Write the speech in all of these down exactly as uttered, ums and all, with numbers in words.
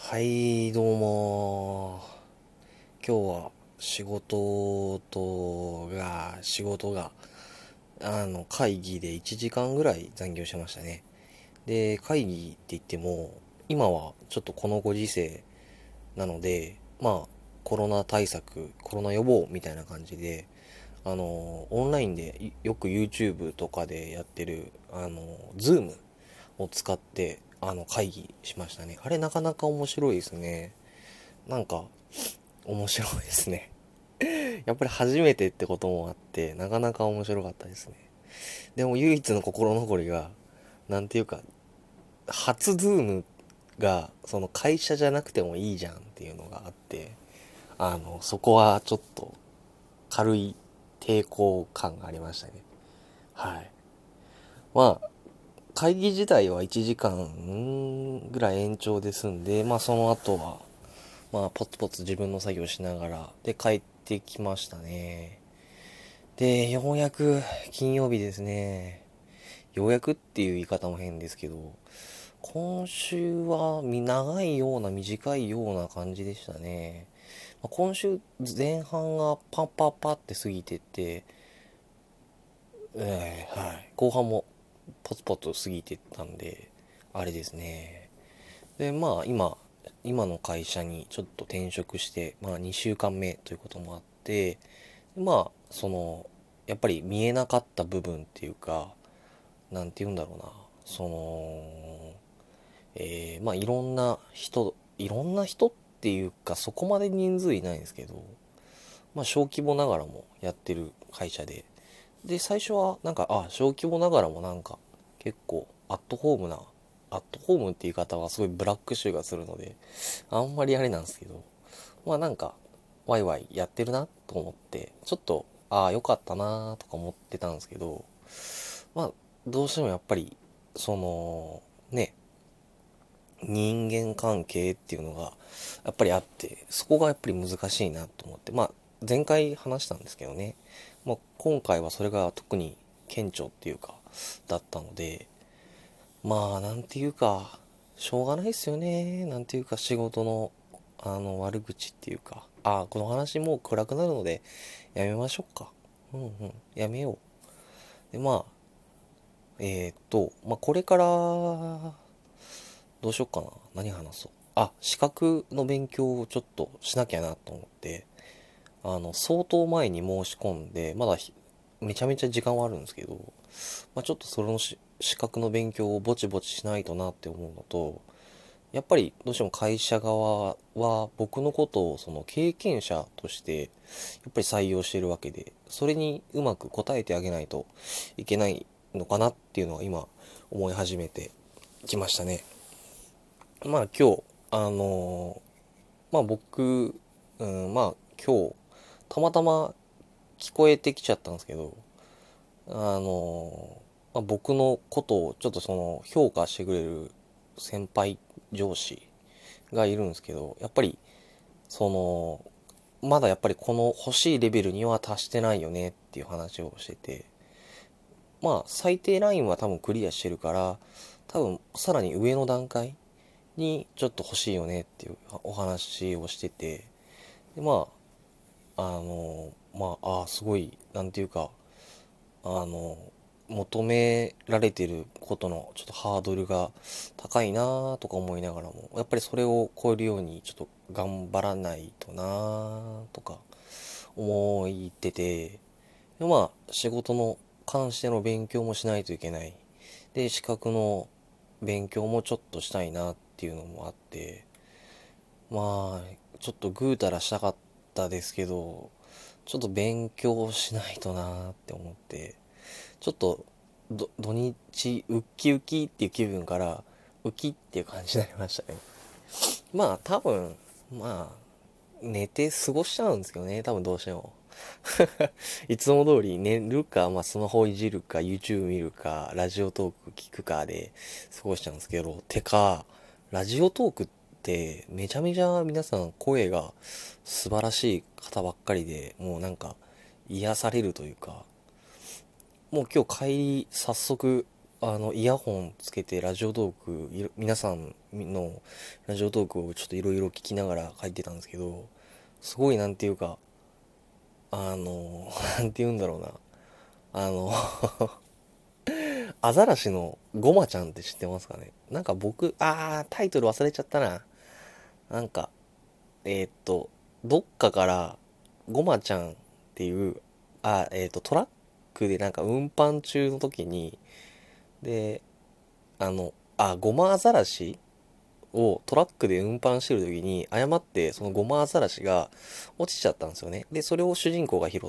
はい、どうも。今日は仕事とが、仕事が、あの、会議でいちじかんぐらい残業しましたね。で、会議って言っても、今はちょっとこのご時世なので、まあ、コロナ対策、コロナ予防みたいな感じで、あの、オンラインでよく YouTube とかでやってる、あの、Zoom を使って、あの、会議しましたね。あれなかなか面白いですね。なんか、面白いですね。やっぱり初めてってこともあって、なかなか面白かったですね。でも唯一の心残りが、なんていうか、初ズームが、その会社じゃなくてもいいじゃんっていうのがあって、あの、そこはちょっと軽い抵抗感がありましたね。はい。まあ、会議自体はいちじかんぐらい延長で済んで、まあその後は、まあポツポツ自分の作業しながら、で帰ってきましたね。で、ようやく金曜日ですね。ようやくっていう言い方も変ですけど、今週は長いような短いような感じでしたね。今週前半がパッパッパって過ぎてって、えーはい、後半もポツポツ過ぎてったんで、あれですね。で、まあ今、今の会社にちょっと転職して、まあにしゅうかんめということもあって、まあ、その、やっぱり見えなかった部分っていうか、なんて言うんだろうな、その、えー、まあいろんな人、いろんな人っていうか、そこまで人数いないんですけど、まあ小規模ながらもやってる会社で、で、最初はなんか、あ、小規模ながらもなんか、結構アットホームな、アットホームって言い方はすごいブラック臭がするので、あんまりあれなんですけど、まあなんか、ワイワイやってるなと思って、ちょっと、ああ、よかったなとか思ってたんですけど、まあ、どうしてもやっぱり、その、ね、人間関係っていうのが、やっぱりあって、そこがやっぱり難しいなと思って、まあ、前回話したんですけどね、まあ、今回はそれが特に顕著っていうか、だったので、まあ、なんていうか、しょうがないですよね。なんていうか、仕事の、あの、悪口っていうか、ああ、この話もう暗くなるので、やめましょうか。うんうん、やめよう。で、まあ、えーっと、まあ、これから、どうしよっかな。何話そう。あ、資格の勉強をちょっとしなきゃなと思って、あの、相当前に申し込んで、まだめちゃめちゃ時間はあるんですけど、まあ、ちょっとそのし資格の勉強をぼちぼちしないとなって思うのと、やっぱりどうしても会社側は僕のことをその経験者としてやっぱり採用しているわけで、それにうまく答えてあげないといけないのかなっていうのは今思い始めてきましたね。まあ今日、あのーまあ僕、うん、まあ今日、たまたま聞こえてきちゃったんですけど、あのーまあ、僕のことをちょっとその評価してくれる先輩上司がいるんですけど、やっぱり、その、まだやっぱりこの欲しいレベルには達してないよねっていう話をしてて、まあ最低ラインは多分クリアしてるから、多分さらに上の段階にちょっと欲しいよねっていうお話をしてて、でまあ、あの、まあ、あすごい、なんていうか、あの、求められてることのちょっとハードルが高いなとか思いながらも、やっぱりそれを超えるようにちょっと頑張らないとなとか思ってて、でまあ仕事の関しての勉強もしないといけない。で、資格の勉強もちょっとしたいなっていうのもあって、まあ、ちょっとぐうたらしたかったですけど、ちょっと勉強しないとなって思って、ちょっとど土日ウッキウキっていう気分からウキっていう感じになりましたね。まあ多分、まあ寝て過ごしちゃうんですけどね、多分どうしても。いつも通り寝るか、まあスマホいじるか、YouTube 見るか、ラジオトーク聞くかで過ごしちゃうんですけど、てか、ラジオトークってめちゃめちゃ皆さん声が素晴らしい方ばっかりで、もうなんか癒されるというか、もう今日帰り早速、 あの、イヤホンつけてラジオトーク、いろ皆さんのラジオトークをちょっといろいろ聞きながら書いてたんですけど、すごいなんていうか、あの、なんて言うんだろうな。あの、アザラシのゴマちゃんって知ってますかね？なんか僕、あー、タイトル忘れちゃったな。なんか、えーっと、どっかからゴマちゃんっていう、あ、えーっと、トラックでなんか運搬中の時に、で、あの、あ、ゴマアザラシをトラックで運搬してる時に誤ってそのゴマアザラシが落ちちゃったんですよね。で、それを主人公が拾って、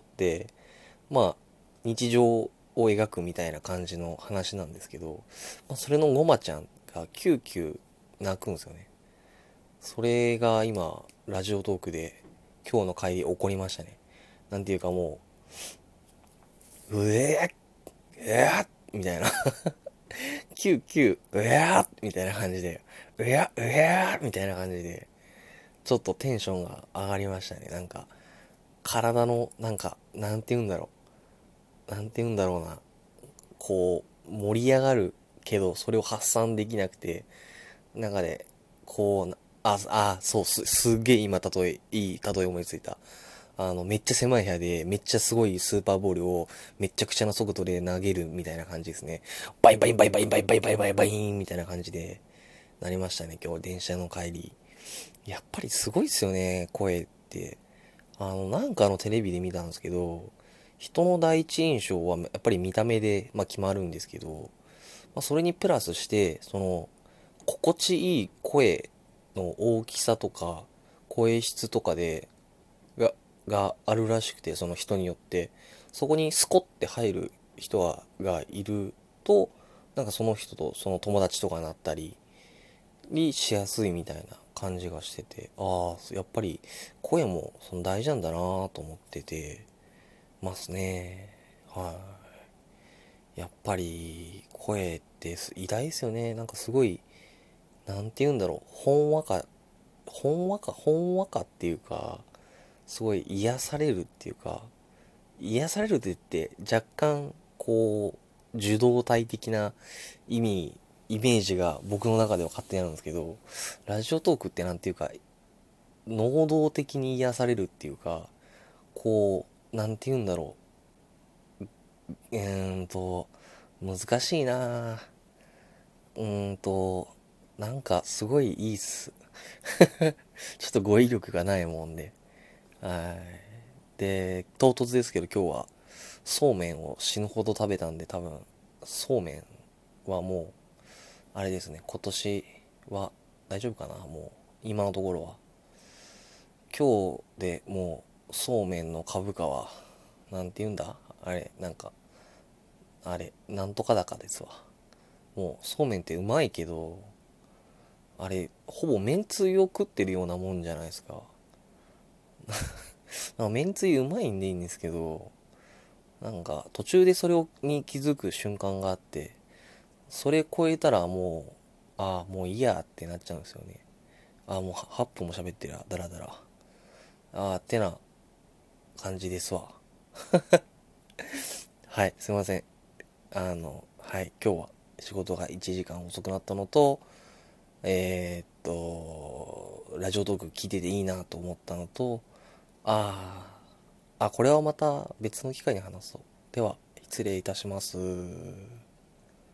まあ、日常を描くみたいな感じの話なんですけど、まあ、それのゴマちゃんがキューキュー泣くんですよね。それが今、ラジオトークで今日の帰り起こりましたね。なんていうかもう、うえー、うえーみたいな。キューキュー、うえーみたいな感じで、うや、うやーみたいな感じで、ちょっとテンションが上がりましたね。なんか、体の、なんか、なんて言うんだろう。なんて言うんだろうな。こう、盛り上がるけど、それを発散できなくて、中で、こう、あ、あ、そう、す、すっげえ今例え、いい例え思いついた。あの、めっちゃ狭い部屋で、めっちゃすごいスーパーボールを、めっちゃくちゃな速度で投げるみたいな感じですね。バイバイバイバイバイバイバイバイバイーンみたいな感じで、なりましたね、今日、電車の帰り。やっぱりすごいっすよね、声って。あの、なんかのテレビで見たんですけど、人の第一印象はやっぱり見た目で、まあ、決まるんですけど、まあ、それにプラスして、その、心地いい声の大きさとか、声質とかで、が、があるらしくて、その人によって、そこにスコって入る人はがいると、なんかその人とその友達とかになったり、にしやすいみたいな感じがしてて、ああ、やっぱり声もその大事なんだなと思っててますね。はい。やっぱり声って偉大ですよね。なんかすごい、なんて言うんだろう。ほんわか、ほんわか、ほんわかっていうか、すごい癒されるっていうか、癒されるって言って若干こう受動体的な意味イメージが僕の中では勝手にあるんですけど、ラジオトークってなんていうか能動的に癒されるっていうか、こうなんて言うんだろう、うーんと難しいな、うーんとなんかすごいいいっす。ちょっと語彙力がないもんで、はい。で、唐突ですけど今日はそうめんを死ぬほど食べたんで、多分そうめんはもうあれですね、今年は大丈夫かな、もう今のところは。今日でもうそうめんの株価はなんて言うんだ、あれなんか、あれなんとか高ですわ。もうそうめんってうまいけど、あれほぼめんつゆを食ってるようなもんじゃないですか。なんかめんつゆうまいんでいいんですけど、なんか途中でそれをに気づく瞬間があって、それ超えたらもう、ああもういいやってなっちゃうんですよね。ああもうはっぷんも喋ってるやだらだら、ああってな感じですわ。はい、すいません。あのはい今日は仕事がいちじかん遅くなったのと、えー、っとラジオトーク聞いてていいなと思ったのと、あああこれはまた別の機会に話そう。では失礼いたします。